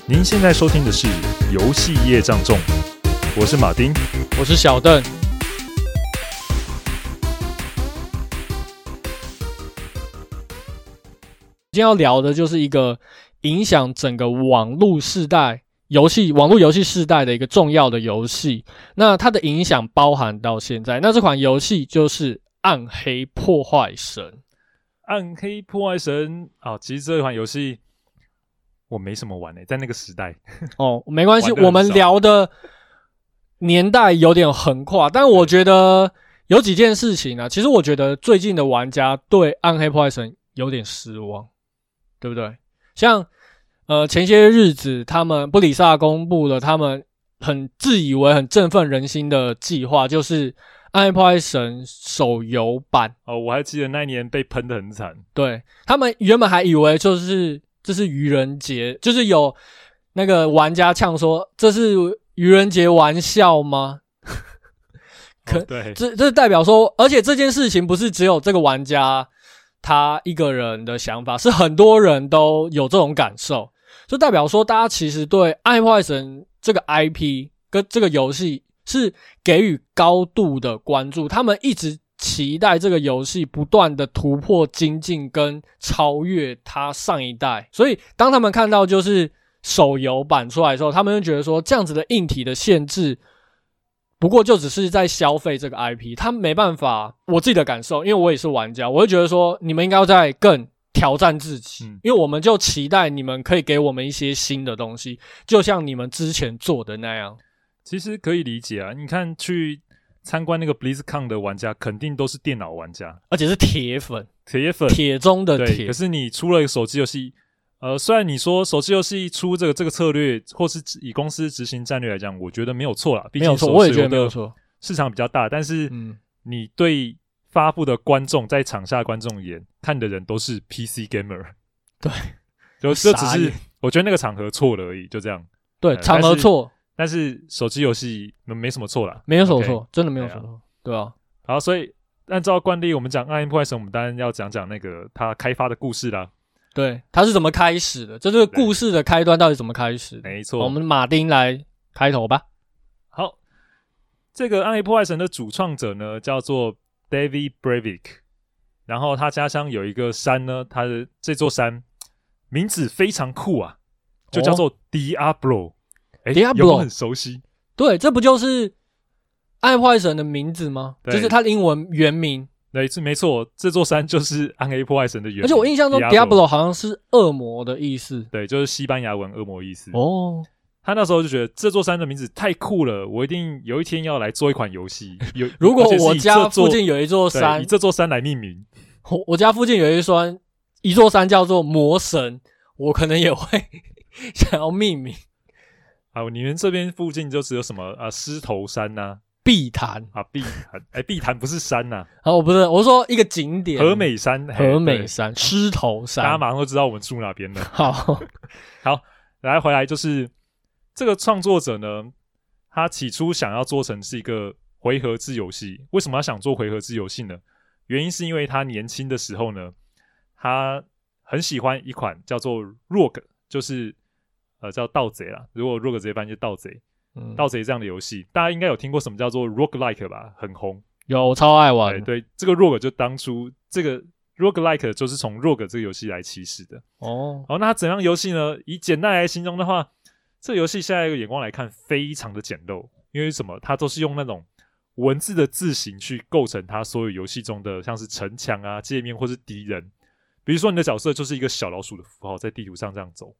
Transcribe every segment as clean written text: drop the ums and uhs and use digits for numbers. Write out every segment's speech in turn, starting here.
您现在收听的是《游戏业障重》，我是马丁， 我是小邓。今天要聊的就是一个影响整个网络世代网络游戏世代的一个重要的游戏。那它的影响包含到现在，那这款游戏就是《暗黑破坏神》。 暗黑破坏神啊，其实这款游戏我没什么玩在那个时代。 哦，没关系，我们聊的年代有点横跨，但我觉得有几件事情啊，其实我觉得最近的玩家对《暗黑破坏神》有点失望，对不对？像前些日子他们布里萨公布了他们很自以为很振奋人心的计划，就是《暗黑破坏神》手游版。 哦，我还记得那一年被喷得很惨。 对，他们原本还以为这是愚人节，就是有那个玩家呛说这是愚人节玩笑吗？ 对， 这代表说，而且这件事情不是只有这个玩家他一个人的想法，是很多人都有这种感受，就代表说大家其实对《暗黑破坏神》这个 IP 跟这个游戏是给予高度的关注，他们一直期待这个游戏不断的突破精进跟超越它上一代，所以当他们看到就是手游版出来的时候，他们就觉得说这样子的硬体的限制不过就只是在消费这个 IP， 他没办法。我自己的感受，因为我也是玩家，我会觉得说你们应该要再更挑战自己，因为我们就期待你们可以给我们一些新的东西，就像你们之前做的那样。 其实可以理解啊，你看去参观那个 BlizzCon 的玩家肯定都是电脑玩家， 而且是铁粉， 铁中的铁。 可是你出了一个手机游戏，虽然你说手机游戏出这个策略，或是以公司执行战略来讲，我觉得没有错啦，毕竟我也觉得没有错， 市场比较大，但是你对发布的观众，在场下的观众眼看的人都是 PC gamer， 对， 就这只是我觉得那个场合错了而已，就这样。 对，场合错。 但是手机游戏没什么错啦， 没有什么错，真的没有什么错，对啊。 好，所以按照惯例，我们讲《暗黑破坏神》，我们当然要讲那个他开发的故事啦。 对，他是怎么开始的？这个故事的开端到底怎么开始的？ 没错， 我们马丁来开头吧。 好，这个《暗黑破坏神》的主创者呢叫做 David Brevik， 然后他家乡有一个山呢，他的这座山名字非常酷啊，就叫做 Diablo。Diablo 有没有很熟悉？ 对，这不就是暗黑破坏神的名字吗？就是他的英文原名。 对，没错，这座山就是暗黑破坏神的原名。 而且我印象中 Diablo 好像是恶魔的意思。 对，就是西班牙文恶魔意思。 哦， 他那时候就觉得这座山的名字太酷了，我一定有一天要来做一款游戏。 如果我家附近有一座山， 以这座山来命名， 我家附近有一座山叫做魔神，我可能也会想要命名。 好，你们这边附近就只有什么狮头山啊， 碧潭啊，碧潭不是山呐， 我不是，我说一个景点， 和美山， 狮头山， 大家马上都知道我们住哪边了。 好， 回来就是这个创作者呢，他起初想要做成是一个回合制游戏。为什么他想做回合制游戏呢？原因是因为他年轻的时候呢，他很喜欢一款叫做 Rogue， 就是叫盗贼啦，如果 Rogue 直接翻就盗贼，盗贼这样的游戏，大家应该有听过什么叫做 Roguelike 吧？很红， 有，我超爱玩。 对，这个 Rogue 就当初这个 Roguelike 就是从 Rogue 这个游戏来起始的。哦，那它怎样游戏呢？以简单来形容的话，这个游戏现在一个眼光来看，非常的简陋，因为什么？它都是用那种文字的字形去构成它所有游戏中的，像是城墙啊、界面或是敌人。比如说你的角色就是一个小老鼠的符号在地图上这样走。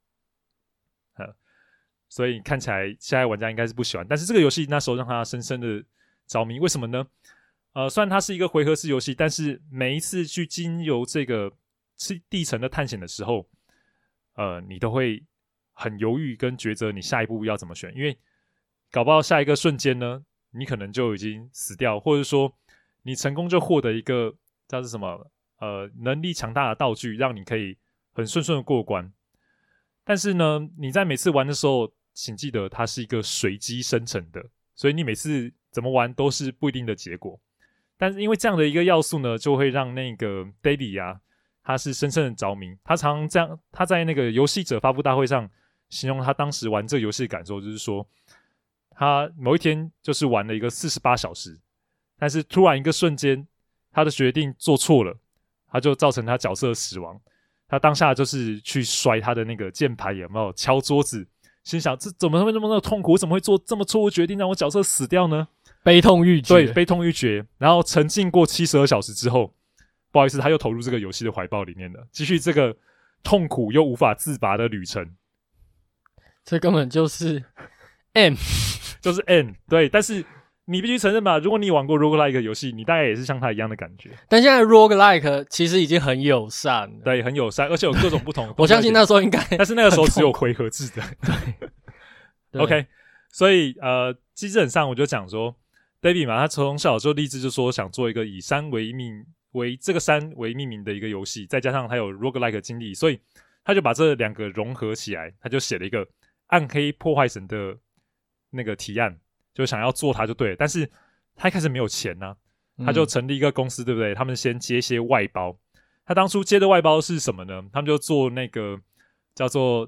所以看起来现在玩家应该是不喜欢，但是这个游戏那时候让他深深的着迷。为什么呢？虽然它是一个回合式游戏，但是每一次去经由这个地层的探险的时候，你都会很犹豫跟抉择你下一步要怎么选，因为搞不好下一个瞬间呢，你可能就已经死掉，或者说你成功就获得一个叫是什么能力强大的道具，让你可以很顺的过关。但是呢，你在每次玩的时候，请记得它是一个随机生成的，所以你每次怎么玩都是不一定的结果。但是因为这样的一个要素呢，就会让那个 Daily 啊，他是深深的着迷。他常常这样，他在那个游戏者发布大会上形容他当时玩这个游戏的感受，就是说他某一天就是玩了一个48小时，但是突然一个瞬间他的决定做错了，他就造成他角色死亡。他当下就是去摔他的那个键盘，有没有敲桌子，心想这怎么会那么痛苦，我怎么会做这么错误决定让我角色死掉呢？ 悲痛欲绝。 对，悲痛欲绝。然后沉浸过72小时之后，不好意思，他又投入这个游戏的怀抱里面了，继续这个痛苦又无法自拔的旅程。 这根本就是 M 就是 N。 对，但是你必须承认吧，如果你玩过 roguelike 游戏，你大概也是像他一样的感觉。 但现在 roguelike 其实已经很友善了， 对，很友善，而且有各种不同的我相信那时候应该， 但是那个时候只有回合制的。 对 OK， 所以基本上我就讲说 David 嘛，他从小就立志就说想做一个以山为这个山为命名的一个游戏，再加上他有 roguelike 经历，所以他就把这两个融合起来，他就写了一个暗黑破坏神的那个提案，就想要做它就对了。但是他一开始没有钱啊，他就成立一个公司，对不对？他们先接一些外包。他当初接的外包是什么呢？他们就做那个叫做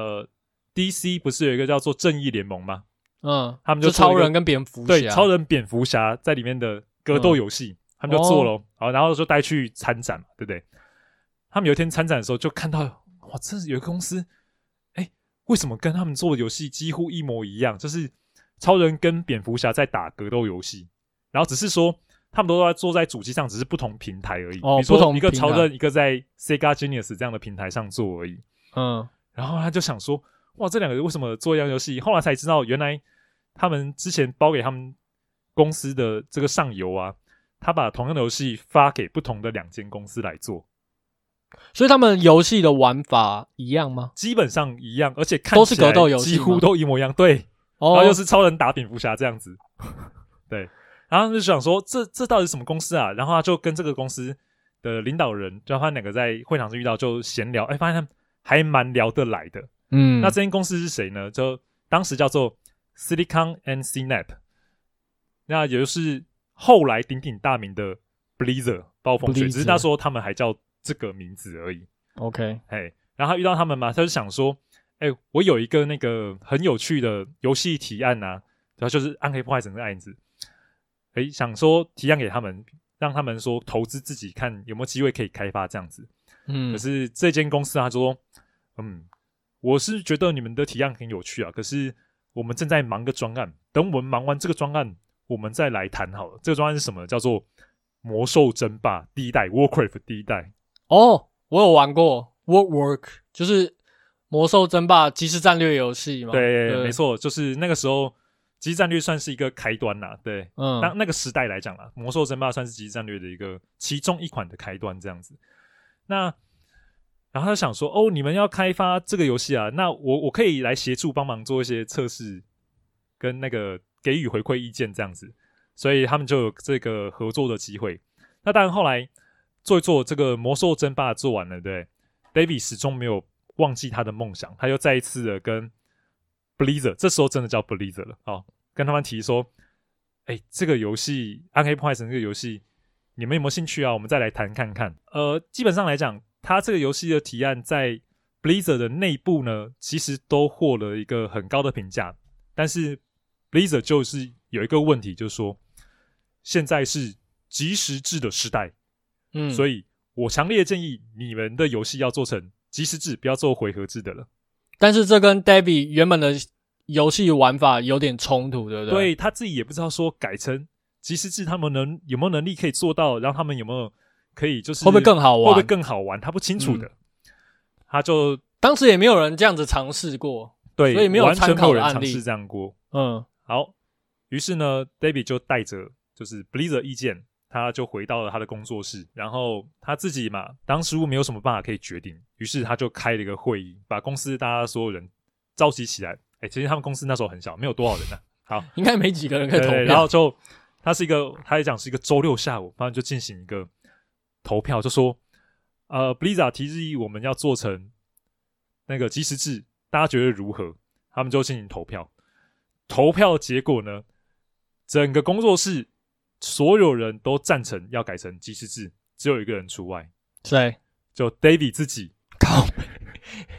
DC 不是有一个叫做正义联盟吗？他们就超人跟蝙蝠侠， 对，超人蝙蝠侠在里面的格斗游戏，他们就做了，好，然后就带去参展嘛，对不对？他们有一天参展的时候就看到，哇，这有一个公司，为什么跟他们做的游戏几乎一模一样？就是超人跟蝙蝠侠在打格斗游戏，然后只是说他们都在坐在主机上，只是不同平台而已。比如说一个超人，一个在 Sega Genesis 这样的平台上做而已。然后他就想说，哇，这两个为什么做一样游戏？后来才知道，原来他们之前包给他们公司的这个上游啊，他把同样的游戏发给不同的2间公司来做。 所以他们游戏的玩法一样吗？ 基本上一样，而且看都是格斗游戏， 几乎都一模一样。对，然后又是超人打蝙蝠侠这样子。对，然后就想说这到底是什么公司啊？然后他就跟这个公司的领导人，就他们两个在会场上遇到，就闲聊，发现他们还蛮聊得来的。那这间公司是谁呢？就当时叫做 Silicon and Synap， 那也就是后来鼎鼎大名的 Blizzard 暴风雪，只是那时候他们还叫这个名字而已。 OK， 然后他遇到他们嘛，他就想说，我有一个那个很有趣的游戏提案啊，然后就是暗黑破坏神的案子，想说提案给他们，让他们说投资自己，看有没有机会可以开发这样子。可是这间公司他说，我是觉得你们的提案很有趣啊，可是我们正在忙个专案，等我们忙完这个专案，我们再来谈好了。这个专案是什么？叫做魔兽争霸第一代 Warcraft 第一代。 我有玩过 Work， 就是魔兽争霸即时战略游戏嘛。 对，没错，就是那个时候即时战略算是一个开端啦。对，那个时代来讲啦，魔兽争霸算是即时战略的一个其中一款的开端这样子。那然后他就想说，你们要开发这个游戏啊，那我可以来协助帮忙做一些测试，跟那个给予回馈意见这样子，所以他们就有这个合作的机会。那当然后来做一做这个魔兽争霸做完了，对 ，David 始终没有忘记他的梦想，他又再一次的跟 Blizzard， 这时候真的叫 Blizzard 了，跟他们提说，这个游戏暗黑破坏神这个游戏，你们有没有兴趣啊？我们再来谈看看。基本上来讲，他这个游戏的提案在 Blizzard 的内部呢，其实都获了一个很高的评价。但是 Blizzard 就是有一个问题，就是说现在是即时制的时代，所以我强烈建议你们的游戏要做成即时制，不要做回合制的了。 但是这跟 David 原本的游戏玩法有点冲突，对不对？ 对，他自己也不知道说改成即时制，他们有没有能力可以做到，然后他们有没有可以就是会不会更好玩？ 会不会更好玩？他不清楚的。他就当时也没有人这样子尝试过， 对， 所以没有参考的案例， 完全没有人尝试这样过。好，于是呢 ，David 就带着就是 Blizzard 意见，他就回到了他的工作室，然后他自己嘛，当时没有什么办法可以决定，于是他就开了一个会议，把公司大家所有人召集起来。其实他们公司那时候很小，没有多少人啊。好， 应该没几个人可以投票。 然后就他来讲是一个周六下午，反正就进行一个投票，就说Blizzard 提议我们要做成那个即时制，大家觉得如何？他们就进行投票。投票结果呢，整个工作室所有人都赞成要改成即时制，只有一个人除外。 谁？ 就 David 自己。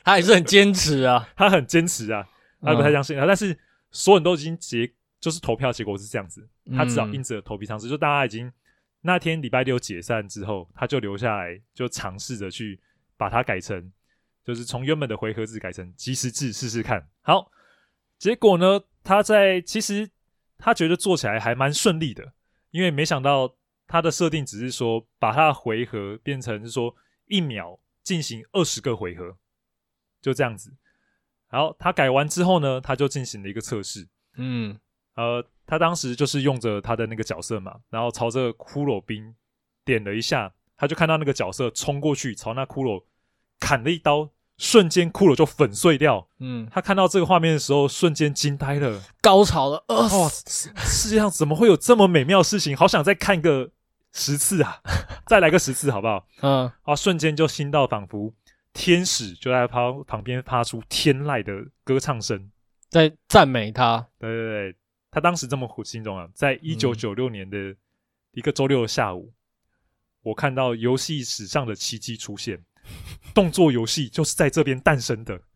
他还是很坚持啊， 他很坚持啊，他不太相信他，但是所有人都已经就是投票结果是这样子，他只好硬着头皮尝试，就大家已经那天礼拜六解散之后，他就留下来，就尝试着去把它改成，就是从原本的回合制改成即时制试试看。好，结果呢，其实他觉得做起来还蛮顺利的，因为没想到他的设定只是说把他的回合变成是说1秒进行20个回合，就这样子。好，他改完之后呢，他就进行了一个测试。他当时就是用着他的那个角色嘛，然后朝着骷髅兵点了一下，他就看到那个角色冲过去，朝那骷髅砍了一刀，瞬间骷髅就粉碎掉。他看到这个画面的时候，瞬间惊呆了， 高潮了。 哇，世界上怎么会有这么美妙的事情？好想再看个10次啊，再来个10次好不好？瞬间就心到仿佛天使就在旁边发出天籁的歌唱声， 在赞美他。 对，他当时这么形容啊，在1996年的一个周六的下午，我看到游戏史上的奇迹出现，动作游戏就是在这边诞生的。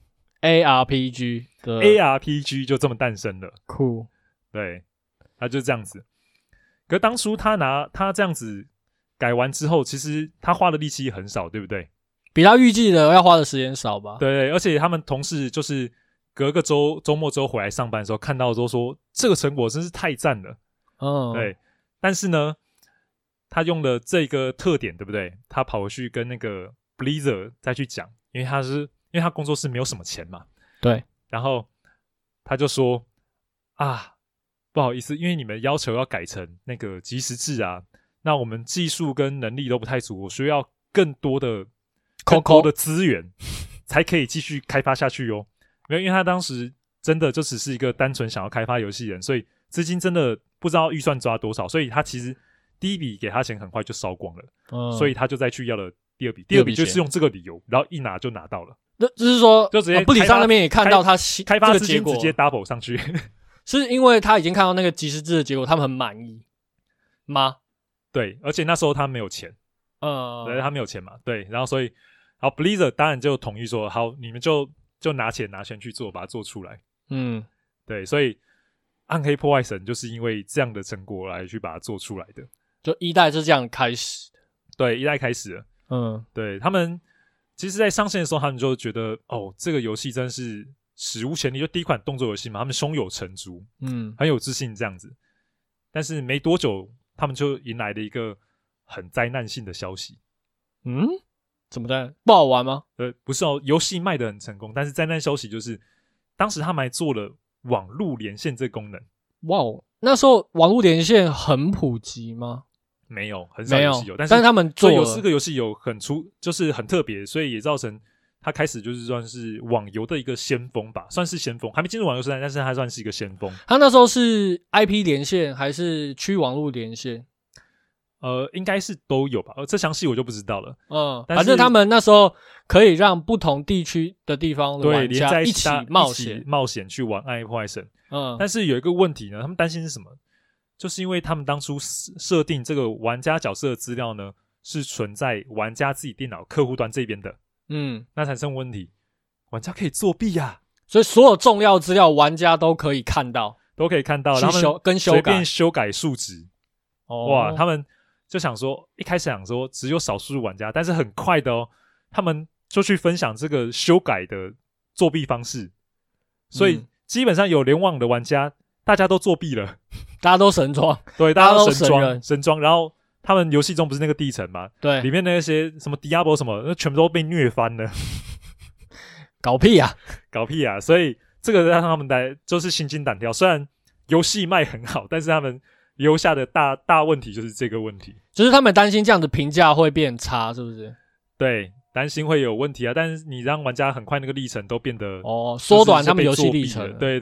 ARPG 就这么诞生了， 酷。 对，他就这样子。可当初他这样子改完之后，其实他花的力气很少，对不对？ 比他预计的要花的时间少吧？ 对，而且他们同事就是隔个周末之后回来上班的时候，看到都说这个成果真是太赞了。对。但是呢，他用了这个特点，对不对？他跑回去跟那个 Blizzard 再去讲，因为他工作室没有什么钱嘛。 对。 然后他就说不好意思，因为你们要求要改成那个即时制啊，那我们技术跟能力都不太足，我需要更多的资源才可以继续开发下去哦。因为他当时真的就只是一个单纯想要开发游戏人，所以资金真的不知道预算抓多少，所以他其实第一笔给他钱很快就烧光了。所以他就再去要了第二笔就是用这个理由，然后一拿就拿到了。 那就是说就直接布里桑那边也看到他开发资金直接 double 上去。 是因为他已经看到那个即时制的结果，他们很满意吗？ 对，而且那时候他没有钱。对，他没有钱嘛。对，然后所以好 Blizzard 当然就同意说，好，你们就拿钱去做，把它做出来。对，所以暗黑破坏神就是因为这样的成果来去把它做出来的。 就1代是这样开始的。 对，1代开始了。对，他们其实在上线的时候，他们就觉得这个游戏真是史无前例，就第一款动作游戏嘛，他们胸有成竹，很有自信这样子。但是没多久，他们就迎来了一个很灾难性的消息。 怎么的？不好玩吗？ 不是游戏卖得很成功，但是灾难消息就是当时他们还做了网路连线这个功能。 哇，那时候网路连线很普及吗？ 没有，很少游戏有，但是他们做了这个游戏有就是很特别，所以也造成他开始就是算是网游的一个先锋吧，算是先锋，还没进入网游时代，但是他算是一个先锋。 他那时候是 IP 连线还是区域网路连线？ 应该是都有吧，这详细我就不知道了。 反正他们那时候可以让不同地区的地方的玩家一起冒险去玩暗黑破坏神。但是有一个问题呢，他们担心是什么？就是因为他们当初设定这个玩家角色的资料呢，是存在玩家自己电脑客户端这边的。那产生问题，玩家可以作弊啊， 所以所有重要资料玩家都可以看到， 然后随便修改数值。哇，他们就想说，一开始想说只有少数玩家，但是很快的他们就去分享这个修改的作弊方式，所以基本上有联网的玩家，大家都作弊了， 大家都神装， 对，大家都神装，然后他们游戏中不是那个地层嘛， 对， 里面那些什么 Diablo 什么，那全部都被虐翻了， 搞屁啊， 所以这个让他们就是心惊胆跳。虽然游戏卖很好，但是他们留下的大问题就是这个问题， 就是他们担心这样的评价会变差，是不是？ 对，担心会有问题啊。但是你让玩家很快那个历程都变得缩短他们游戏历程。 对，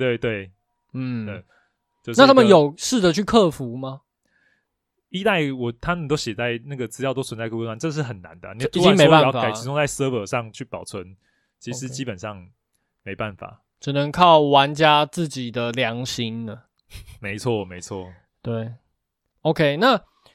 那他们有试着去克服吗 ？1代他们都写在那个资料都存在客户端，这是很难的。你已经没办法改集中在 server 上去保存，其实基本上没办法， 只能靠玩家自己的良心了。 没错。 对 ，OK， 那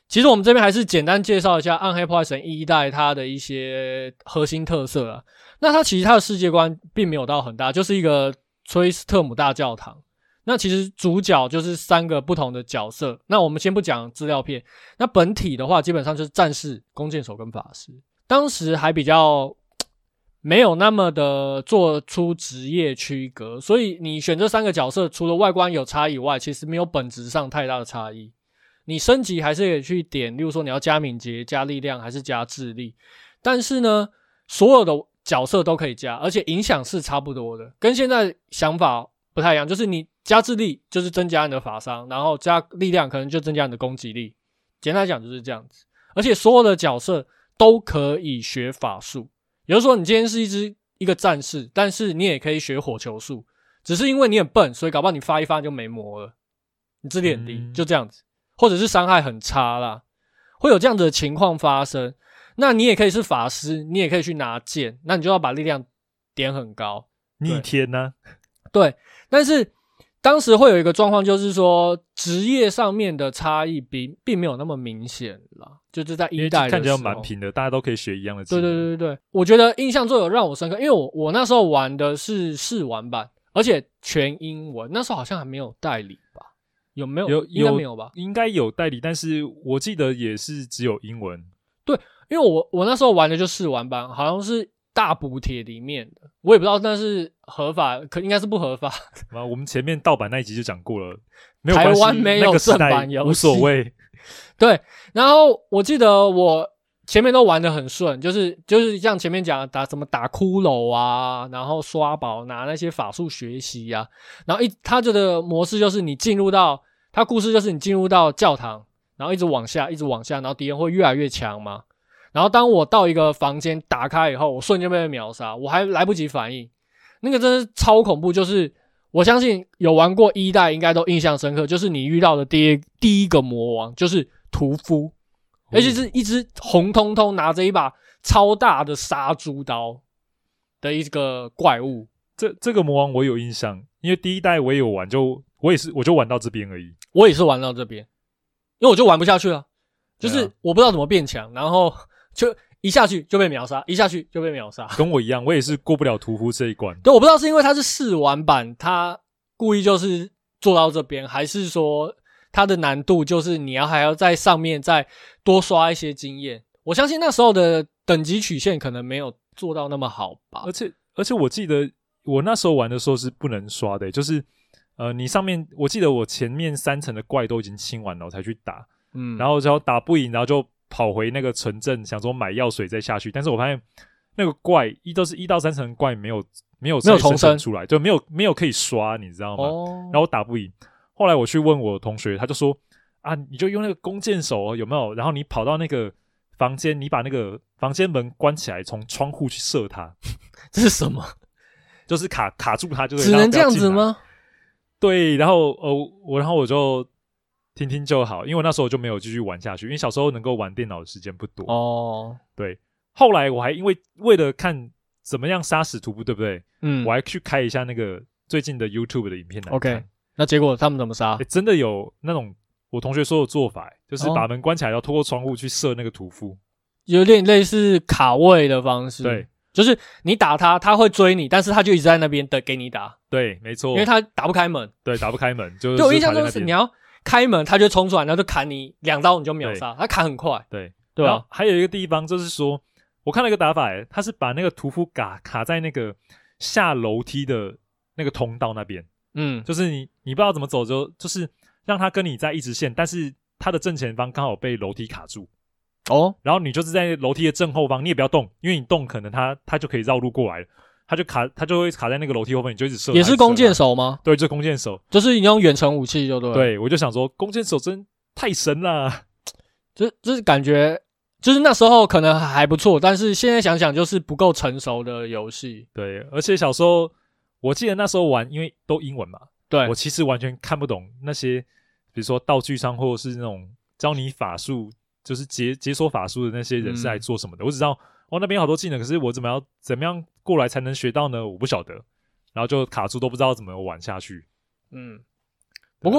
其实我们这边还是简单介绍一下《暗黑破坏神1代》它的一些核心特色啊。那它其实它的世界观并没有到很大，就是一个崔斯特姆大教堂。那其实主角就是3个不同的角色。那我们先不讲资料片，那本体的话基本上就是战士、弓箭手跟法师。当时还比较没有那么的做出职业区隔，所以你选这3个角色，除了外观有差异以外，其实没有本质上太大的差异。你升级还是可以去点，例如说你要加敏捷、加力量还是加智力，但是呢，所有的角色都可以加，而且影响是差不多的，跟现在想法不太一样。就是你加智力就是增加你的法伤，然后加力量可能就增加你的攻击力。简单来讲就是这样子，而且所有的角色都可以学法术。也就是说，你今天是一个战士，但是你也可以学火球术，只是因为你很笨，所以搞不好你发一发就没魔了，你智力很低，就这样子，或者是伤害很差啦，会有这样子的情况发生。那你也可以是法师，你也可以去拿剑，那你就要把力量点很高， 逆天啊。 对，但是当时会有一个状况，就是说职业上面的差异并没有那么明显啦，就是在1代的时候看起来蛮平的，大家都可以学一样的技能。 对，我觉得印象最有让我深刻，因为我那时候玩的是试玩版，而且全英文，那时候好像还没有代理吧？有没有？应该没有吧？ 应该有代理，但是我记得也是只有英文。 对，因为我那时候玩的就试玩版，好像是大补帖里面的，我也不知道那是合法，应该是不合法。 我们前面盗版那一集就讲过了，没有关系， 台湾没有正版游戏， 无所谓。 对，然后我记得我前面都玩得很顺，就是像前面讲的什么打骷髅啊，然后刷宝拿那些法术学习啊，然后他这个模式就是你进入到他故事就是你进入到教堂，然后一直往下，然后敌人会越来越强嘛。然后当我到一个房间打开以后，我瞬间被秒杀，我还来不及反应，那个真是超恐怖。就是我相信有玩过1代应该都印象深刻，就是你遇到的第一个魔王就是屠夫，而且是一只红彤彤拿着一把超大的杀猪刀的一个怪物。 这个魔王我有印象，因为第1代我也有玩，我就玩到这边而已。 我也是玩到这边，因为我就玩不下去了，就是我不知道怎么变强，然后就一下去就被秒杀，一下去就被秒杀。 跟我一样，我也是过不了屠夫这一关。 对，我不知道是因为它是试玩版，它故意就是做到这边，还是说它的难度就是你还要在上面再多刷一些经验。我相信那时候的等级曲线可能没有做到那么好吧。 而且我记得我那时候玩的时候是不能刷的，就是你上面我记得我前面3层的怪都已经清完了，我才去打，然后只要打不赢，然后就跑回那个城镇，想说买药水再下去，但是我发现那个怪都是1到3层的怪没有重生出来，就没有可以刷，你知道吗？然后我打不赢，后来我去问我同学，他就说啊，你就用那个弓箭手有没有？然后你跑到那个房间，你把那个房间门关起来，从窗户去射他。 这是什么？ 就是卡住他，就只能这样子吗？ 对，然后我就听就好，因为我那时候就没有继续玩下去，因为小时候能够玩电脑的时间不多。 哦， 对，后来我还为了看怎么样杀死屠夫，对不对？我还去开一下那个最近的 YouTube 的影片来看。 OK， 那结果他们怎么杀？ 真的有那种我同学说的做法，就是把门关起来，然后透过窗户去射那个屠夫， 有点类似卡位的方式。 对。 就是你打他，他会追你，但是他就一直在那边等给你打。 对，没错， 因为他打不开门。 对，打不开门，就是对我印象中是你要开门，他就冲出来，然后就砍你2刀，你就秒杀。他砍很快。 对啊。还有一个地方就是说，我看了一个打法，他是把那个屠夫卡在那个下楼梯的那个通道那边。就是你不知道怎么走，就是让他跟你在一直线，但是他的正前方刚好被楼梯卡住。然后你就是在楼梯的正后方，你也不要动，因为你动可能他就可以绕路过来了，他就会卡在那个楼梯后面，你就一直射。 也是弓箭手吗？ 对，就是弓箭手， 就是你用远程武器就对了。 对，我就想说弓箭手真太神了， 就是感觉就是那时候可能还不错，但是现在想想就是不够成熟的游戏。 对，而且小时候我记得那时候玩，因为都英文嘛， 对，我其实完全看不懂那些，比如说道具商或者是那种教你法术。就是解锁法术的那些人是来做什么的？我只知道那边有好多技能，可是我怎么样过来才能学到呢？我不晓得，然后就卡住，都不知道怎么玩下去。 不过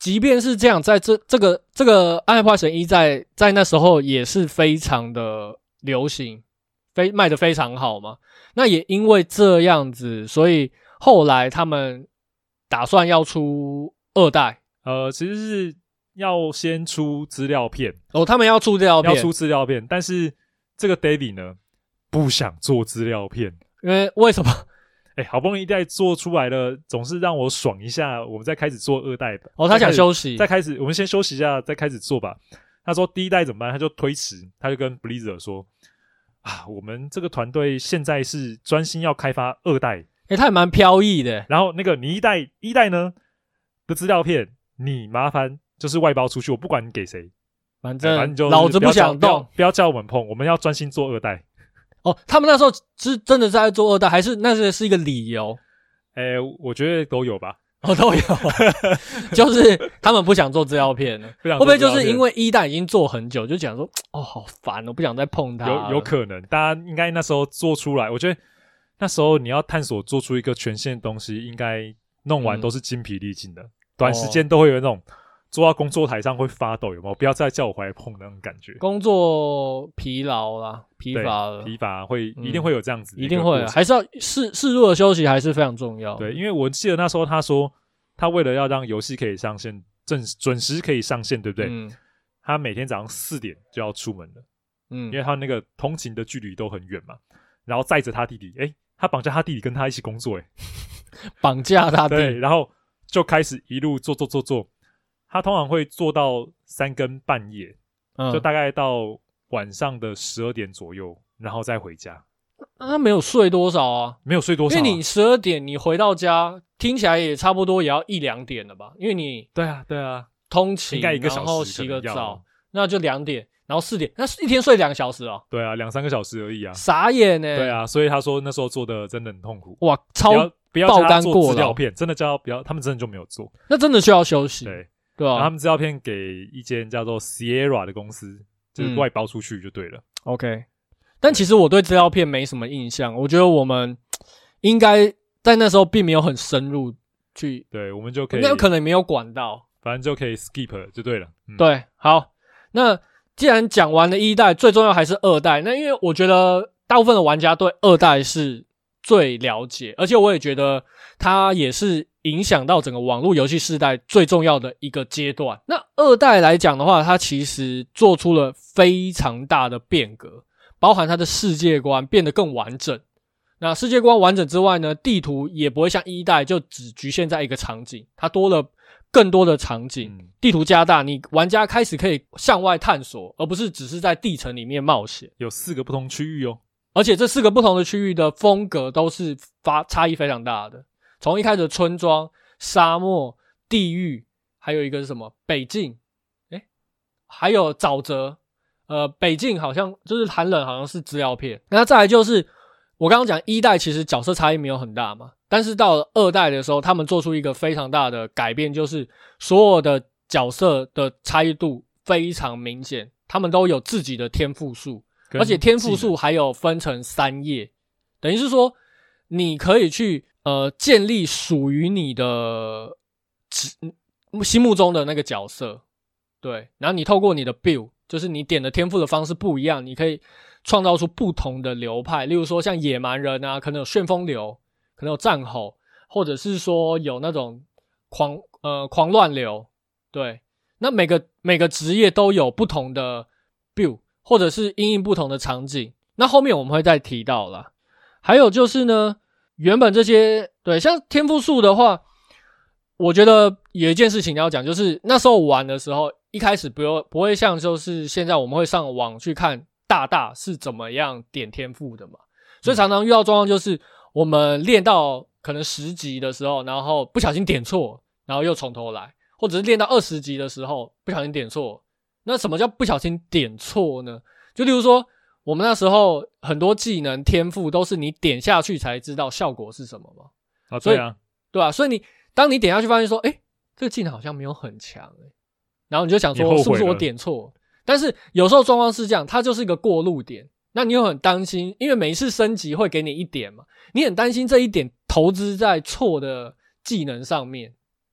即便是这样，在这个暗黑破坏神一在那时候也是非常的流行，卖得非常好嘛。那也因为这样子，所以后来他们打算要出2代。 其实是要先出资料片哦，他们要出资料片， 但是这个 David 呢不想做资料片， 因为什么？ 好不容易1代做出来了，总是让我爽一下，我们再开始做2代吧。 哦，他想休息， 我们先休息一下，再开始做吧。他说第1代怎么办？他就推迟，他就跟 Blizzard 说我们这个团队现在是专心要开发2代。 他也蛮飘逸的。 然后那个你一代呢的资料片，你麻烦就是外包出去，我不管你给谁， 反正就老子不想动， 不要叫我们碰，我们要专心做2代。 哦，他们那时候是真的在做2代，还是那是一个理由？ 我觉得都有吧。 哦，都有，就是他们不想做资料片了，会不会就是因为1代已经做很久，就讲说好烦，我不想再碰它。 有可能，大家应该那时候做出来，我觉得那时候你要探索做出一个全新的东西，应该弄完都是精疲力尽的，短时间都会有那种坐到工作台上会发抖，有没有？不要再叫我回来碰那种感觉。 工作疲劳啦，疲乏会一定会有这样子， 一定会，还是要适度的休息还是非常重要。 对，因为我记得那时候他说，他为了要让游戏可以上线，准时可以上线，对不对？他每天早上4点就要出门了，因为他那个通勤的距离都很远嘛，然后载着他弟弟，他绑架他弟弟跟他一起工作， 绑架他弟弟， 对，然后就开始一路做，他通常会做到3更半夜，就大概到晚上的12点左右，然后再回家。 他没有睡多少啊？ 没有睡多少， 因为你12点你回到家，听起来也差不多也要1-2点了吧？因为你对啊， 通勤， 应该1个小时， 然后洗个澡，那就2点，然后4点，那一天睡2个小时啊？ 对啊，2-3个小时而已啊， 傻眼欸。 对啊，所以他说那时候做的真的很痛苦， 哇， 不要爆肝过做资料片，真的叫不要，他们真的就没有做， 那真的需要休息。对啊， 然后他们资料片给一间叫做 Sierra 的公司，就是外包出去就对了。 OK， 但其实我对资料片没什么印象，我觉得我们应该在那时候并没有很深入去， 对，我们就可以， 应该可能没有管到， 反正就可以 skip 了就对了。 对，好，那既然讲完了1代，最重要还是2代。那因为我觉得大部分的玩家对2代是最了解，而且我也觉得它也是影响到整个网络游戏世代最重要的一个阶段。那2代来讲的话，它其实做出了非常大的变革，包含它的世界观变得更完整。那世界观完整之外呢，地图也不会像1代就只局限在一个场景，它多了更多的场景，地图加大，你玩家开始可以向外探索，而不是只是在地层里面冒险。 有4个不同区域哦， 而且这4个不同的区域的风格都是差异非常大的。从一开始的村庄、沙漠、地狱，还有一个是什么？北境，还有沼泽。北境好像就是寒冷，好像是资料片。那再来就是我刚刚讲1代其实角色差异没有很大嘛，但是到了2代的时候，他们做出一个非常大的改变，就是所有的角色的差异度非常明显，他们都有自己的天赋树，而且天赋树还有分成3页，等于是说你可以去建立属于你的心目中的那个角色，对，然后你透过你的 build， 就是你点的天赋的方式不一样，你可以创造出不同的流派，例如说像野蛮人啊，可能有旋风流，可能有战吼，或者是说有那种狂乱流，对，那每个职业都有不同的 build， 或者是因应不同的场景，那后面我们会再提到啦。还有就是呢，原本这些对像天赋树的话，我觉得有一件事情要讲，就是那时候玩的时候，一开始不会像就是现在我们会上网去看大是怎么样点天赋的嘛，所以常常遇到状况就是我们练到可能10级的时候，然后不小心点错，然后又从头来，或者是练到20级的时候不小心点错。那什么叫不小心点错呢？就例如说我们那时候很多技能天赋都是你点下去才知道效果是什么嘛。 啊，对啊， 对啊，所以当你点下去发现说这个技能好像没有很强然后你就想说是不是我点错？但是有时候状况是这样，它就是一个过路点，那你又很担心，因为每一次升级会给你1点嘛，你很担心这1点投资在错的技能上面，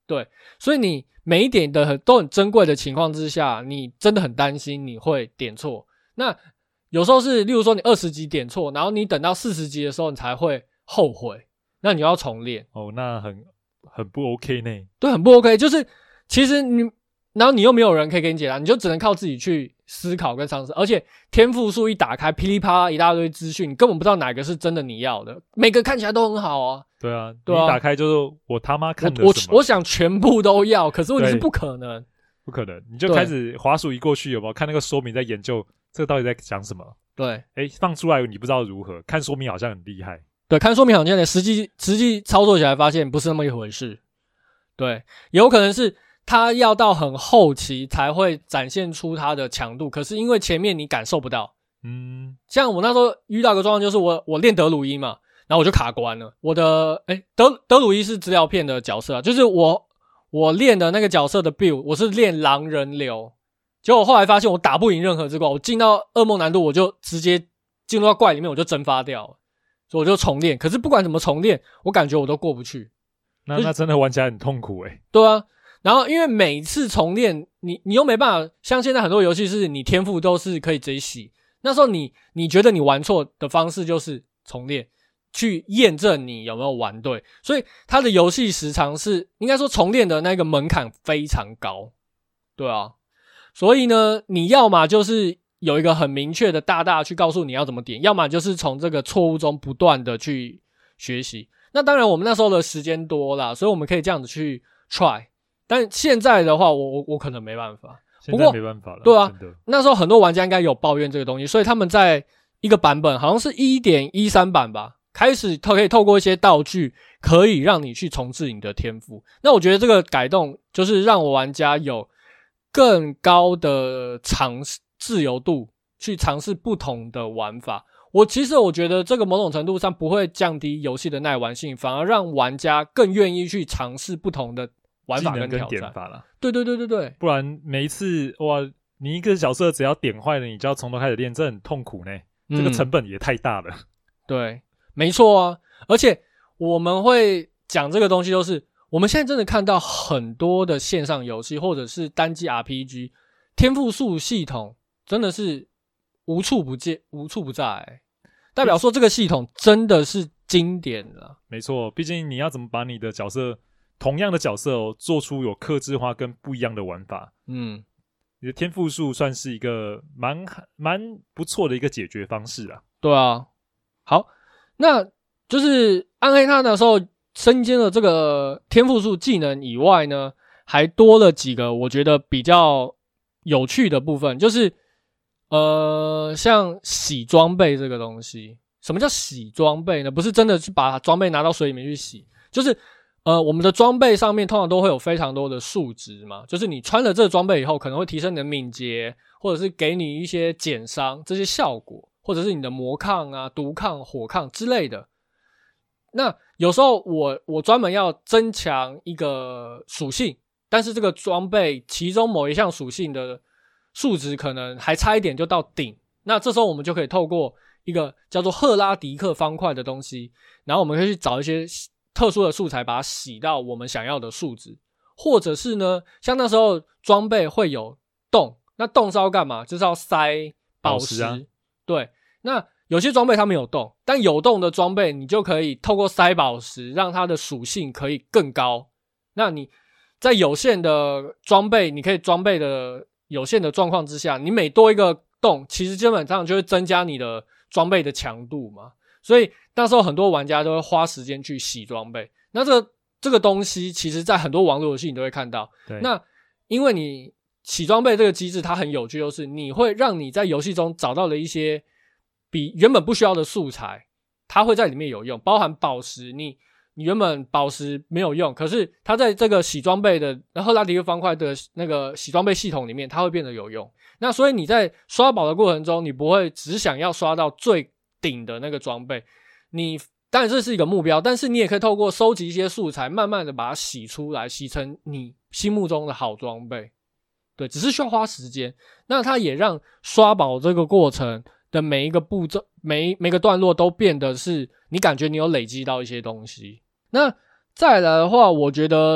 对，所以你每一点都很珍贵的情况之下，你真的很担心你会点错。那有时候是例如说你20级点错，然后你等到40级的时候你才会后悔，那你要重练。 那很不 OK 呢。 对，很不 OK， 就是其实然后你又没有人可以给你解答，你就只能靠自己去思考跟尝试，而且天赋树一打开，噼里啪啦一大堆资讯，你根本不知道哪个是真的你要的，每个看起来都很好啊。 对啊， 对啊， 你打开就是我他妈看的什么， 我想全部都要，可是问题是不可能， 不可能，你就开始滑鼠一过去，有没有看那个说明在研究这个到底在讲什么？ 对， 放出来你不知道如何，看说明好像很厉害， 对，看说明好像实际操作起来发现不是那么一回事。对，有可能是他要到很后期才会展现出他的强度，可是因为前面你感受不到。像我那时候遇到一个状况，就是我练德鲁伊嘛，然后我就卡关了。我的德鲁伊是资料片的角色啊，就是我练的那个角色的 build， 我是练狼人流，结果我后来发现我打不赢任何只怪，我进到噩梦难度我就直接进入到怪里面，我就蒸发掉了，所以我就重练。可是不管怎么重练，我感觉我都过不去。 那真的玩起来很痛苦对啊，然后因为每次重练，你又没办法，像现在很多游戏是你天赋都是可以直接洗，那时候你觉得你玩错的方式就是重练，去验证你有没有玩对，所以它的游戏时长是应该说重练的那个门槛非常高，对啊，所以呢，你要嘛就是有一个很明确的大去告诉你要怎么点，要么就是从这个错误中不断的去学习。那当然我们那时候的时间多啦，所以我们可以这样子去 try， 但现在的话我可能没办法， 现在没办法了。 对啊，那时候很多玩家应该有抱怨这个东西，所以他们在一个版本好像是 1.13 版吧，开始可以透过一些道具可以让你去重置你的天赋。那我觉得这个改动就是让我玩家有更高的自由度去尝试不同的玩法。其实我觉得这个某种程度上不会降低游戏的耐玩性，反而让玩家更愿意去尝试不同的玩法跟挑战。 点法啦。 对， 不然每一次哇，你一个角色只要点坏了，你就要从头开始练，这很痛苦呢。这个成本也太大了。 对，没错啊。而且我们会讲这个东西，就是我们现在真的看到很多的线上游戏或者是单机 RPG， 天赋树系统真的是无处不在，代表说这个系统真的是经典了。 没错，毕竟你要怎么把你的角色，同样的角色做出有客制化跟不一样的玩法。你的天赋树算是一个蛮不错的一个解决方式啦。 对啊，好，那就是暗黑他那时候身兼了这个天赋树技能以外呢，还多了几个我觉得比较有趣的部分，就是像洗装备这个东西。什么叫洗装备呢？不是真的去把装备拿到水里面去洗，就是我们的装备上面通常都会有非常多的数值嘛，就是你穿了这个装备以后可能会提升你的敏捷，或者是给你一些减伤这些效果，或者是你的魔抗啊、毒抗、火抗之类的。那有时候我专门要增强一个属性，但是这个装备其中某一项属性的数值可能还差一点就到顶，那这时候我们就可以透过一个叫做赫拉迪克方块的东西，然后我们可以去找一些特殊的素材把它洗到我们想要的数值，或者是呢，像那时候装备会有洞，那洞是要干嘛？就是要塞宝石啊。 对，那有些装备它没有洞，但有洞的装备你就可以透过塞宝石让它的属性可以更高。那你在有限的装备，你可以装备的有限的状况之下，你每多一个洞，其实基本上就会增加你的装备的强度嘛。所以那时候很多玩家都会花时间去洗装备。那这个东西其实在很多网络游戏你都会看到。那因为你洗装备这个机制它很有趣，就是你会让你在游戏中找到了一些比原本不需要的素材，它会在里面有用，包含宝石，你原本宝石没有用，可是它在这个洗装备的赫拉迪克方块的那个洗装备系统里面，它会变得有用。那所以你在刷宝的过程中，你不会只想要刷到最顶的那个装备，你当然这是一个目标，但是你也可以透过收集一些素材，慢慢的把它洗出来，洗成你心目中的好装备。对，只是需要花时间。那它也让刷宝这个过程的每一个步骤，每个段落都变得是你感觉你有累积到一些东西。那再来的话，我觉得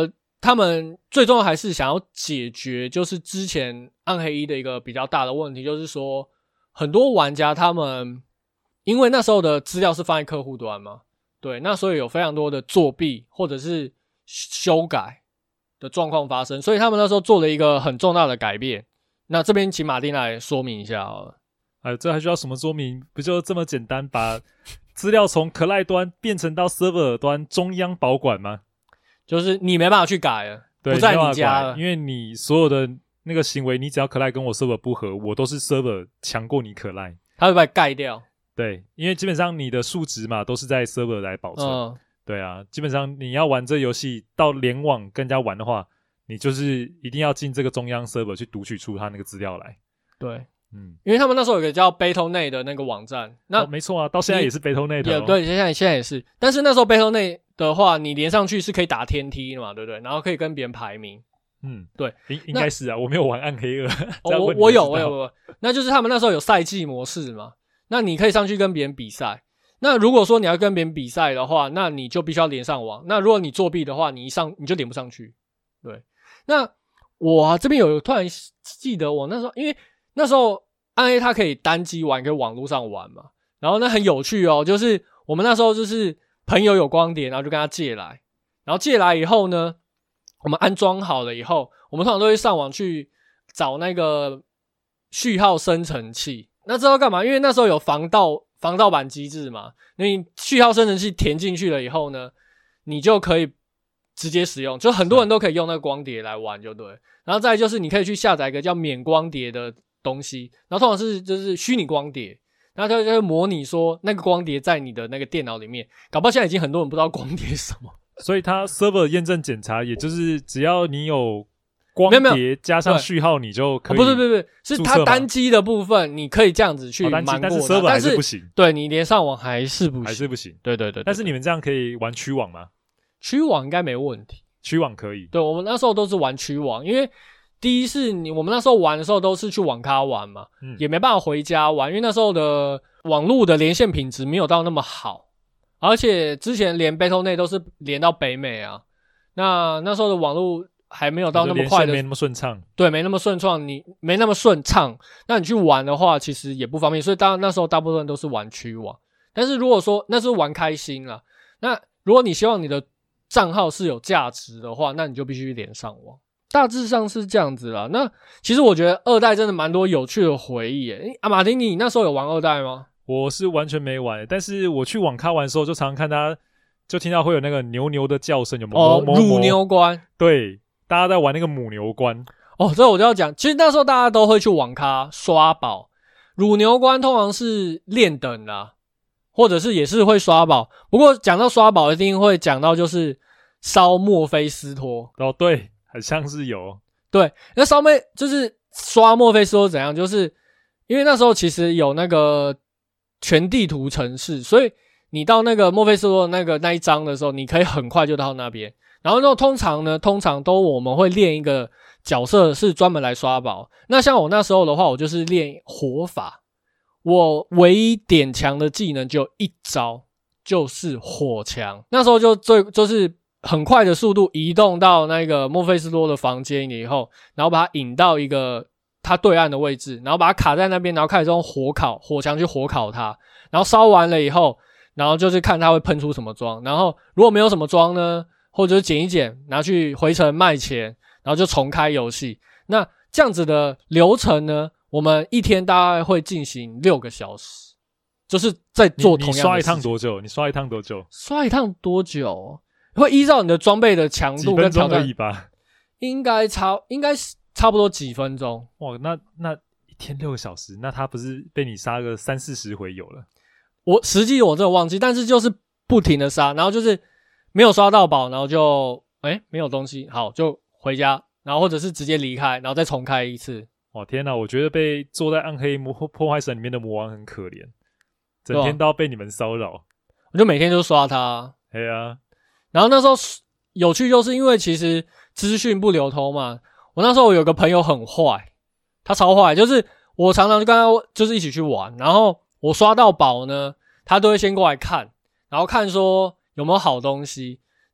他们最重要还是想要解决，就是之前暗黑一的一个比较大的问题，就是说很多玩家他们因为那时候的资料是放在客户端嘛，对，那所以有非常多的作弊或者是修改的状况发生，所以他们那时候做了一个很重大的改变。那这边请马丁来说明一下好了。 这还需要什么说明？不就这么简单，把资料从 Client 端变成到 Server 端中央保管吗？ 就是你没办法去改了， 对， 不在你家了， 因为你所有的那个行为，你只要 Client 跟我 Server 不合，我都是 Server 强过你 Client， 他会把你盖掉。 对，因为基本上你的数值嘛，都是在 Server 来保存。对啊，基本上你要玩这游戏到联网跟人家玩的话，你就是一定要进这个中央 Server 去读取出他那个资料来。 对。因为他们那时候有个叫 Battle.net 的那个网站，那没错啊，到现在也是 Battle.net 也对，现在也是。但是那时候 Battle.net 的话，你连上去是可以打天梯的嘛，对不对？然后可以跟别人排名。对， 应该是啊，我没有玩暗黑2。 我有，那就是他们那时候有赛季模式嘛，那你可以上去跟别人比赛。那如果说你要跟别人比赛的话，那你就必须要连上网。那如果你作弊的话，你就连不上去。对，那我这边有突然记得我那时候，因为那时候暗黑它可以单机玩，可以网络上玩嘛。然后那很有趣哦，就是我们那时候就是朋友有光碟，然后就跟他借来，然后借来以后呢，我们安装好了以后，我们通常都会上网去找那个序号生成器。那知道干嘛？因为那时候有防盗版机制嘛，你序号生成器填进去了以后呢，你就可以直接使用，就很多人都可以用那个光碟来玩，就对。然后再来就是你可以去下载一个叫免光碟的东西，然后通常是就是虚拟光碟，然后它就会模拟说那个光碟在你的那个电脑里面，搞不好现在已经很多人不知道光碟是什么。 所以它 server 验证检查，也就是只要你有光碟加上序号，你就可以。 不是，是它单机的部分，你可以这样子去瞒过但是 server 还是不行。 对，你连上网还是不行。对。 但是你们这样可以玩区网吗？ 区网应该没问题。 区网可以。 对，我们那时候都是玩区网，因为第一是我们那时候玩的时候都是去网咖玩嘛，也没办法回家玩，因为那时候的网络的连线品质没有到那么好，而且之前连 Battle.net 都是连到北美啊，那时候的网络还没有到那么快的， 没那么顺畅。 对，没那么顺畅，你没那么顺畅，那你去玩的话其实也不方便，所以那时候大部分都是玩区网。但是如果说那是玩开心啦，那如果你希望你的账号是有价值的话，那你就必须连上网。大致上是这样子啦。那其实我觉得二代真的蛮多有趣的回忆耶。马丁你那时候有玩二代吗？ 我是完全没玩，但是我去网咖玩的时候，就常常看他，就听到会有那个牛的叫声，有没有？ 乳牛关。 对，大家在玩那个母牛关。 这我就要讲，其实那时候大家都会去网咖刷宝，乳牛关通常是练等啦，或者是也是会刷宝。不过讲到刷宝，一定会讲到就是烧墨菲斯托。 对，很像是有。 对，那就是刷墨菲斯托怎样？就是因为那时候其实有那个全地图城市，所以你到那个墨菲斯托那一章的时候，你可以很快就到那边。然后通常都我们会练一个角色是专门来刷宝。那像我那时候的话，我就是练火法，我唯一点强的技能只有一招，就是火墙。那时候就是很快的速度移动到那个墨菲斯托的房间以后，然后把它引到一个他对岸的位置，然后把它卡在那边，然后开始用火墙去火烤它，然后烧完了以后，然后就是看它会喷出什么装，然后如果没有什么装呢，或者是捡一捡拿去回城卖钱，然后就重开游戏。那这样子的流程呢，我们一天大概会进行6个小时，就是在做同样的事情。 你刷一趟多久？ 刷一趟多久？会依照你的装备的强度跟挑战而已吧，应该差不多几分钟。 哇，那一天6个小时，那他不是被你杀个30-40回有了？ 实际我真的忘记，但是就是不停的杀，然后就是没有刷到宝，然后就没有东西，好就回家，然后或者是直接离开，然后再重开一次。 哇天哪，我觉得被坐在暗黑破坏神里面的魔王很可怜，整天都要被你们骚扰。 我就每天就刷他。 对啊。 然后那时候有趣就是因为其实资讯不流通嘛，我那时候有个朋友很坏，他超坏，就是我常常就跟他就是一起去玩，然后我刷到宝呢，他都会先过来看，然后看说有没有好东西，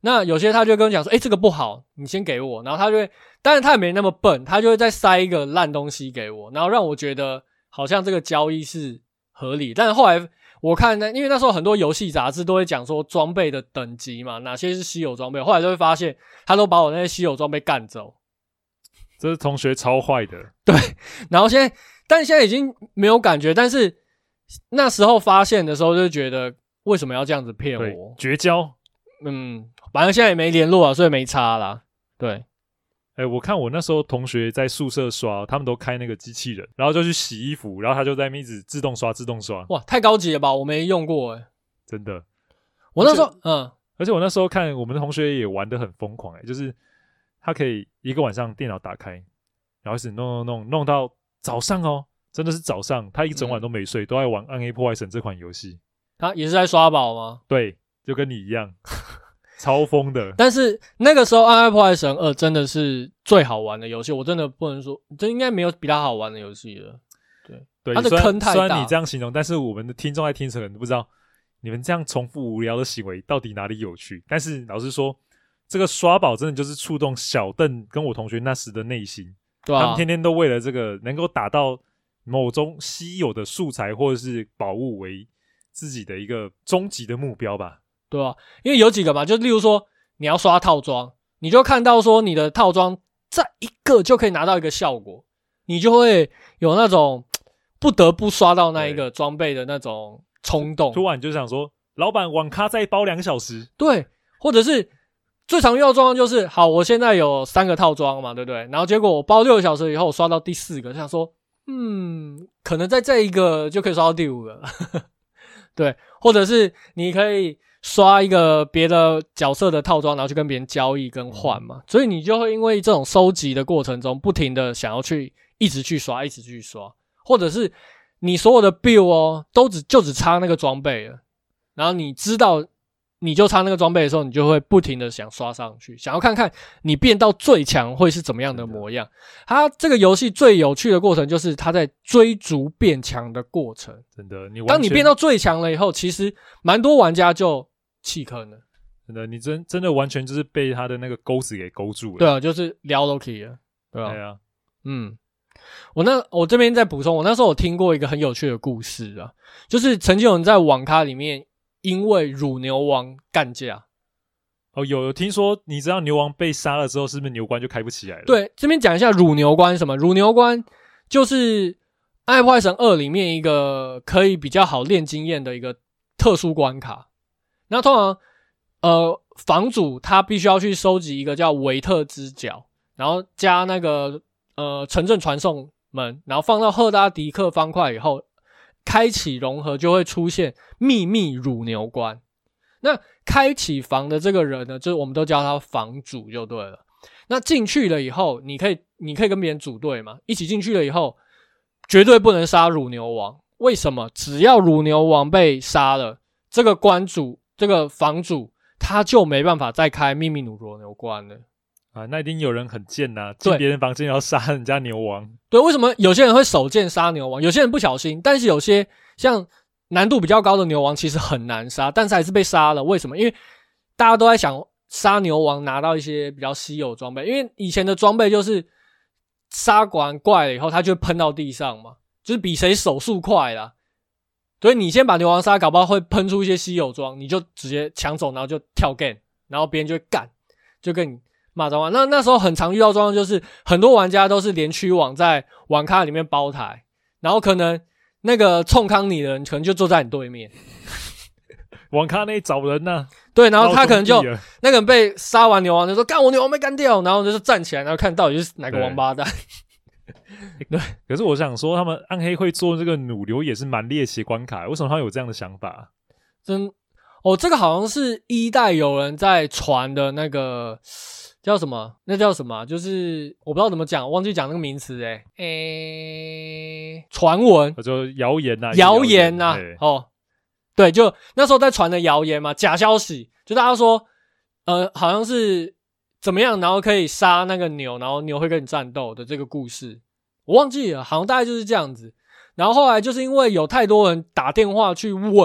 那有些他就会跟我讲说，这个不好，你先给我，然后他就会，当然他也没那么笨，他就会再塞一个烂东西给我，然后让我觉得好像这个交易是合理。但是后来我看因为那时候很多游戏杂志都会讲说装备的等级嘛，哪些是稀有装备，后来就会发现他都把我那些稀有装备干走。 这是同学超坏的。 对，然后但现在已经没有感觉，但是那时候发现的时候就觉得为什么要这样子骗我？ 绝交。 反正现在也没联络啊，所以没差啦。对， 我看我那时候同学在宿舍刷，他们都开那个机器人，然后就去洗衣服，然后他就在那边一直自动刷。哇， 太高级了吧？我没用过真的。 我那时候而且我那时候看我们的同学也玩得很疯狂就是他可以一个晚上电脑打开，然后一直弄到早上真的是早上，他一整晚都没睡，都在玩《暗黑破坏神》这款游戏。 他也是在刷宝吗？ 对，就跟你一样。超疯的。 但是那个时候《暗黑破坏神2》真的是最好玩的游戏，我真的不能说，这应该没有比它好玩的游戏了。对，它的坑太大。 虽然你这样形容，但是我们的听众在听可能不知道，你们这样重复无聊的行为到底哪里有趣。但是老实说，这个刷宝真的就是触动小邓跟我同学那时的内心。 对啊， 他们天天都为了这个能够打到某种稀有的素材或者是宝物为自己的一个终极的目标吧。 对啊，因为有几个嘛，就例如说你要刷套装，你就看到说你的套装再一个就可以拿到一个效果，你就会有那种不得不刷到那一个装备的那种冲动。 突然就想说，老板网咖再包2个小时。 对，或者是最常遇到的状况就是，好，我现在有3个套装嘛，对不对？然后结果我包6个小时以后，我刷到第4个，想说，可能在这一个就可以刷到第5个。对，或者是你可以刷一个别的角色的套装，然后去跟别人交易跟换嘛，所以你就会因为这种收集的过程中，不停的想要去一直去刷，或者是你所有的 build 就只差那个装备了，然后你知道你就差那个装备的时候，你就会不停的想刷上去，想要看看你变到最强会是怎么样的模样。它这个游戏最有趣的过程就是它在追逐变强的过程。 真的， 当你变到最强了以后，其实蛮多玩家就弃坑了。 真的，你真的完全就是被他的那个钩子给勾住了。 对啊，就是撩都可以了。对啊， 对啊。 我这边再补充，我那时候有听过一个很有趣的故事啊，就是曾经有人在网咖里面因为乳牛王干架。 有听说，你知道牛王被杀了之后，是不是牛关就开不起来了？ 对，这边讲一下乳牛关是什么。乳牛关就是《暗黑破坏神2》里面一个可以比较好练经验的一个特殊关卡。那通常房主他必须要去收集一个叫维特之角，然后加那个城镇传送门，然后放到赫拉迪克方块以后，开启融合就会出现秘密乳牛关。那开启房的这个人呢，就是我们都叫他房主就对了。那进去了以后，你可以跟别人组队嘛，一起进去了以后，绝对不能杀乳牛王。为什么？只要乳牛王被杀了，这个关主，这个房主他就没办法再开秘密乳牛关了。 那一定有人很贱呐，进别人房间要杀人家牛王。 对，为什么有些人会手贱杀牛王，有些人不小心，但是有些像难度比较高的牛王其实很难杀，但是还是被杀了。为什么？因为大家都在想杀牛王拿到一些比较稀有装备，因为以前的装备就是杀完怪了以后，他就会喷到地上嘛，就是比谁手速快啦。所以你先把牛王杀，搞不好会喷出一些稀有装，你就直接抢走，然后就跳 game， 然后别人就会干，就跟你骂脏话。那时候很常遇到状况，就是很多玩家都是连区网在网咖里面包台，然后可能那个冲康你的人可能就坐在你对面， 网咖那里找人啊。 对，然后他可能就那个人被杀完牛王就说干我牛王被干掉，然后就是站起来，然后看到底是哪个王八蛋。 对，可是我想说，他们暗黑会做这个弩流也是蛮猎奇关卡，为什么他有这样的想法？ 这个好像是1代有人在传的那个叫什么？那叫什么？就是我不知道怎么讲，忘记讲那个名词传闻， 就谣言啊， 谣言啊，对，就那时候在传的谣言嘛，假消息，就大家说，好像是怎么样，然后可以杀那个牛，然后牛会跟你战斗的这个故事，我忘记了，好像大概就是这样子。然后后来就是因为有太多人打电话去问，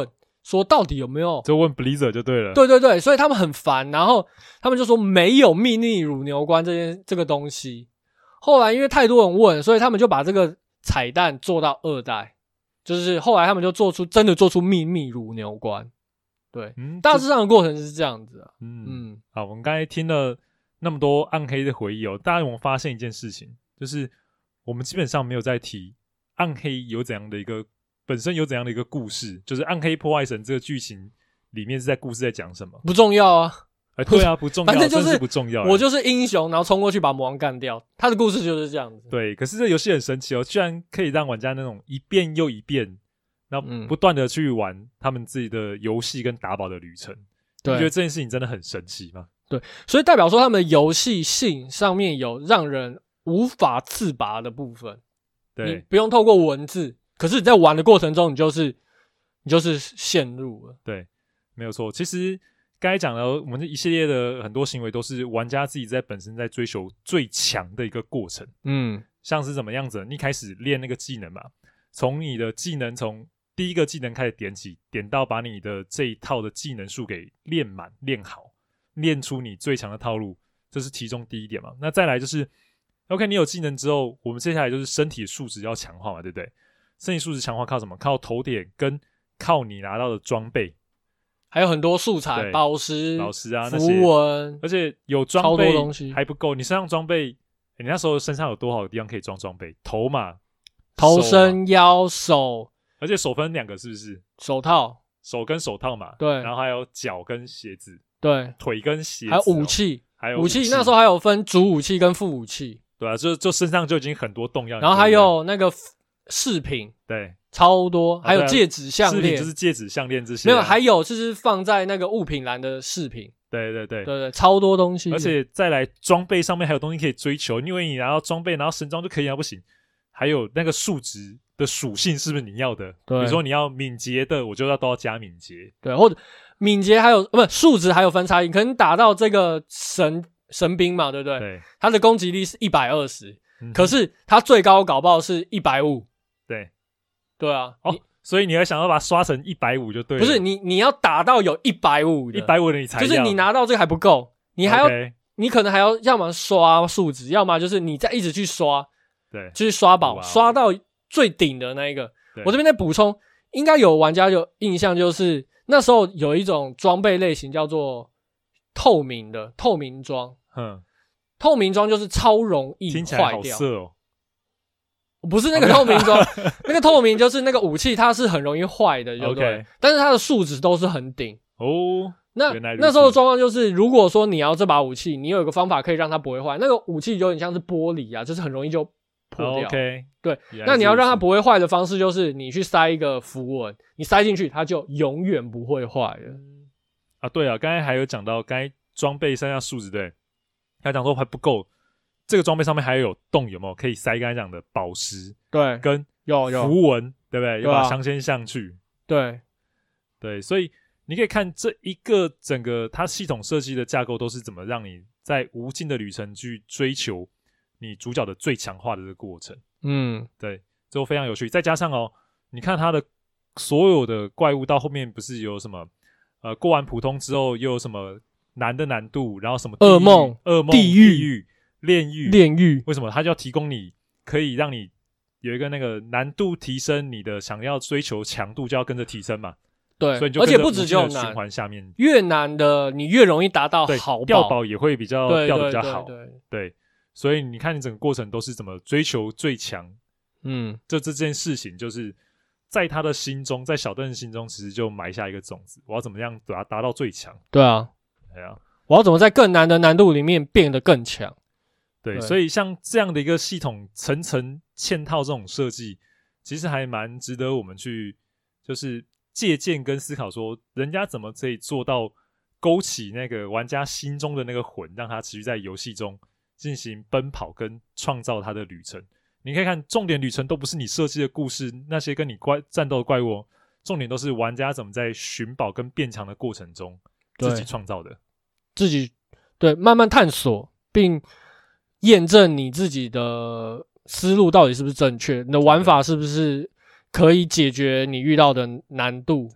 说到底有没有， 就问 Blizzard 就对了。 对对对，所以他们很烦，然后他们就说没有秘密乳牛关这个东西。后来因为太多人问，所以他们就把这个彩蛋做到2代，就是后来他们就真的做出秘密乳牛关。对，大致上的过程是这样子啊。 好，我们刚才听了那么多暗黑的回忆哦，大家有没有发现一件事情，就是我们基本上没有在提暗黑有怎样的一个本身有怎样的一个故事，就是暗黑破坏神这个剧情里面是在故事在讲什么？ 不重要啊。 对啊，不重要， 反正就是不重要。 我就是英雄，然后冲过去把魔王干掉，他的故事就是这样子。 对，可是这游戏很神奇哦，居然可以让玩家那种一遍又一遍，然后不断的去玩他们自己的游戏跟打宝的旅程。你觉得这件事情真的很神奇吗？ 对，所以代表说他们的游戏性上面有让人无法自拔的部分。 对， 你不用透过文字，可是你在玩的过程中，你就是陷入了。 对，没有错。其实刚才讲的，我们这一系列的很多行为都是玩家自己本身在追求最强的一个过程。像是怎么样子？你开始练那个技能嘛，从你的技能从第一个技能开始点起，点到把你的这一套的技能数给练满、练好，练出你最强的套路，这是其中第一点嘛。那再来就是，OK， 你有技能之后，我们接下来就是身体的素质要强化嘛，对不对？身体素质强化靠什么？靠头点跟靠你拿到的装备。 还有很多素材，宝石啊， 符文， 而且有装备还不够。你身上装备，你那时候身上有多少的地方可以装装备？头嘛， 头、身、腰、手， 而且手分2个，是不是？ 手套， 手跟手套嘛， 对， 然后还有脚跟鞋子， 对， 腿跟鞋子， 还有武器， 武器那时候还有分主武器跟副武器， 对啊，就身上就已经很多动样， 然后还有那个饰品， 对。 超多，还有戒指、项链， 就是戒指、项链这些。 没有，还有就是放在那个物品栏的饰品。 对， 超多东西。 而且再来装备上面还有东西可以追求，因为你拿到装备，拿到神装就可以啊，不行。还有那个数值的属性是不是你要的？比如说你要敏捷的，我就都要加敏捷。 对，或者敏捷还有数值还有分差异，可能打到这个神兵嘛，对不对？ 对， 他的攻击力是120，可是他最高搞不好是150。对啊， 所以你要想要把它刷成150就对了。 不是你要打到有150的 ，150的你才要， 就是你拿到这个还不够，你还要你可能还要么刷数值，要么就是你再一直去刷， 对， 就是刷宝，刷到最顶的那一个。我这边再补充，应该有玩家有印象，就是那时候有一种装备类型叫做透明装，透明装就是超容易坏掉， 听起来好色哦。 不是那个透明装，那个透明就是那个武器，它是很容易坏的，对不对？但是它的数值都是很顶哦。 那时候的状况就是，如果说你要这把武器，你有一个方法可以让它不会坏，那个武器有点像是玻璃啊，就是很容易就破掉。对，那你要让它不会坏的方式就是你去塞一个符文，你塞进去，它就永远不会坏了。 啊，对啊，刚才还有讲到，刚才装备剩下数值，对，他讲说还不够。这个装备上面还有洞，有没有可以塞刚才讲的宝石？ 对， 跟有符文，对不对？有把镶嵌上去。对，所以你可以看这一个整个它系统设计的架构都是怎么让你在无尽的旅程去追求你主角的最强化的这个过程。对，这非常有趣。再加上你看它的所有的怪物到后面不是有什么过完普通之后又有什么难的难度，然后什么噩梦、地狱。 炼狱，为什么它就要提供你可以让你有一个那个难度提升，你的想要追求强度就要跟着提升嘛？ 对， 所以而且不止就循环下面越难的你越容易达到好宝， 掉宝也会掉的比较好。 对， 所以你看你整个过程都是怎么追求最强。这件事情就是在他的心中，在小邓的心中，其实就埋下一个种子，我要怎么样把它达到最强？ 对啊，我要怎么在更难的难度里面变得更强？ 对，所以像这样的一个系统层层嵌套这种设计，其实还蛮值得我们去就是借鉴跟思考，说人家怎么可以做到勾起那个玩家心中的那个魂，让他持续在游戏中进行奔跑跟创造他的旅程。你可以看重点旅程都不是你设计的故事，那些跟你战斗的怪物，重点都是玩家怎么在寻宝跟变强的过程中自己创造的， 自己对慢慢探索并验证你自己的思路到底是不是正确，你的玩法是不是可以解决你遇到的难度？ 真的，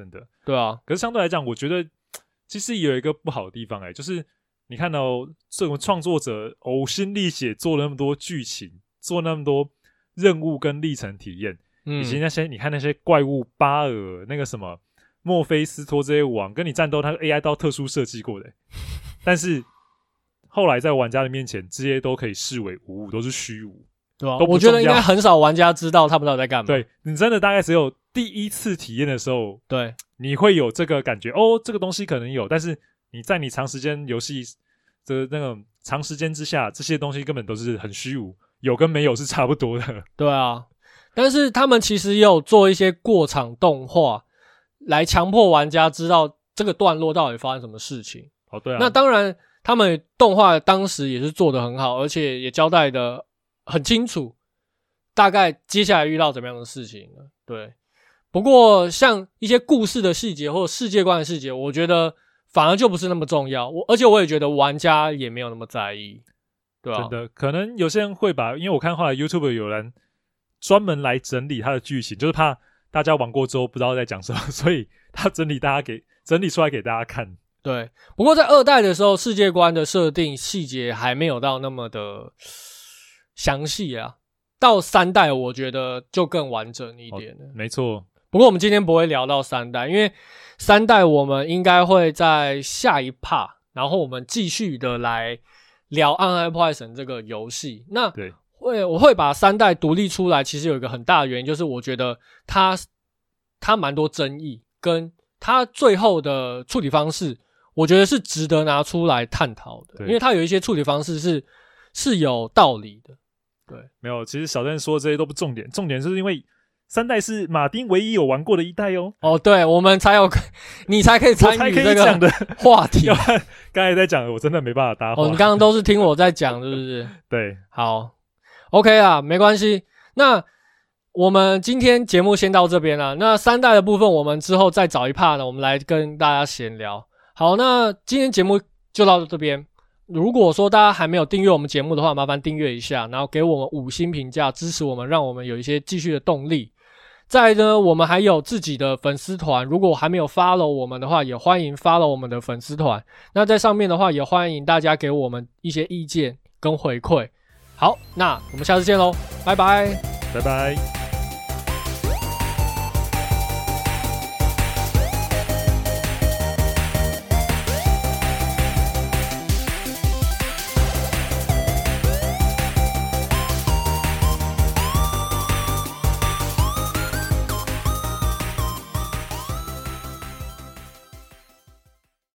对啊。 可是相对来讲，我觉得其实有一个不好的地方就是你看到这种创作者呕心沥血做了那么多剧情，做那么多任务跟历程体验，以及那些你看那些怪物巴尔那个什么墨菲斯托这些王跟你战斗，它 AI 都特殊设计过的，但是后来在玩家的面前，这些都可以视为无物，都是虚无。 对啊，我觉得应该很少玩家知道他们到底在干嘛。 对，你真的大概只有第一次体验的时候， 对， 你会有这个感觉哦，这个东西可能有，但是你在你长时间游戏的那种长时间之下，这些东西根本都是很虚无，有跟没有是差不多的。 对啊，但是他们其实也有做一些过场动画，来强迫玩家知道这个段落到底发生什么事情。 哦，对啊。 那当然，他们动画当时也是做得很好，而且也交代的很清楚，大概接下来遇到怎么样的事情了。对，不过像一些故事的细节或者世界观的细节，我觉得反而就不是那么重要。而且我也觉得玩家也没有那么在意，对啊， 真的，可能有些人会把，因为我看后来 YouTube 有人专门来整理他的剧情，就是怕大家玩过之后不知道在讲什么，所以他整理出来给大家看。 对，不过在2代的时候，世界观的设定细节还没有到那么的详细啊。到3代，我觉得就更完整一点了。 没错。 不过我们今天不会聊到3代，因为3代我们应该会在下一 part， 然后我们继续的来聊《暗黑破坏神》这个游戏。那对， 我会把3代独立出来，其实有一个很大的原因，就是我觉得它蛮多争议，跟它最后的处理方式，我觉得是值得拿出来探讨的，因为它有一些处理方式是有道理的。对， 没有，其实小郑说这些都不重点，重点是因为3代是马丁唯一有玩过的一代哦。 哦，对，我们才有，你才可以参与这个话题。 刚才在讲的，我真的没办法搭话。 哦，你刚刚都是听我在讲，是不是？ 对， 好 ，OK 啊，没关系。那我们今天节目先到这边啦。那3代的部分，我们之后再找一 part 呢，我们来跟大家闲聊。好，那今天节目就到这边。如果说大家还没有订阅我们节目的话，麻烦订阅一下，然后给我们5星评价，支持我们，让我们有一些继续的动力。再来呢，我们还有自己的粉丝团，如果还没有 follow 我们的话，也欢迎 follow 我们的粉丝团。那在上面的话，也欢迎大家给我们一些意见跟回馈。好，那我们下次见咯，拜拜， 拜拜。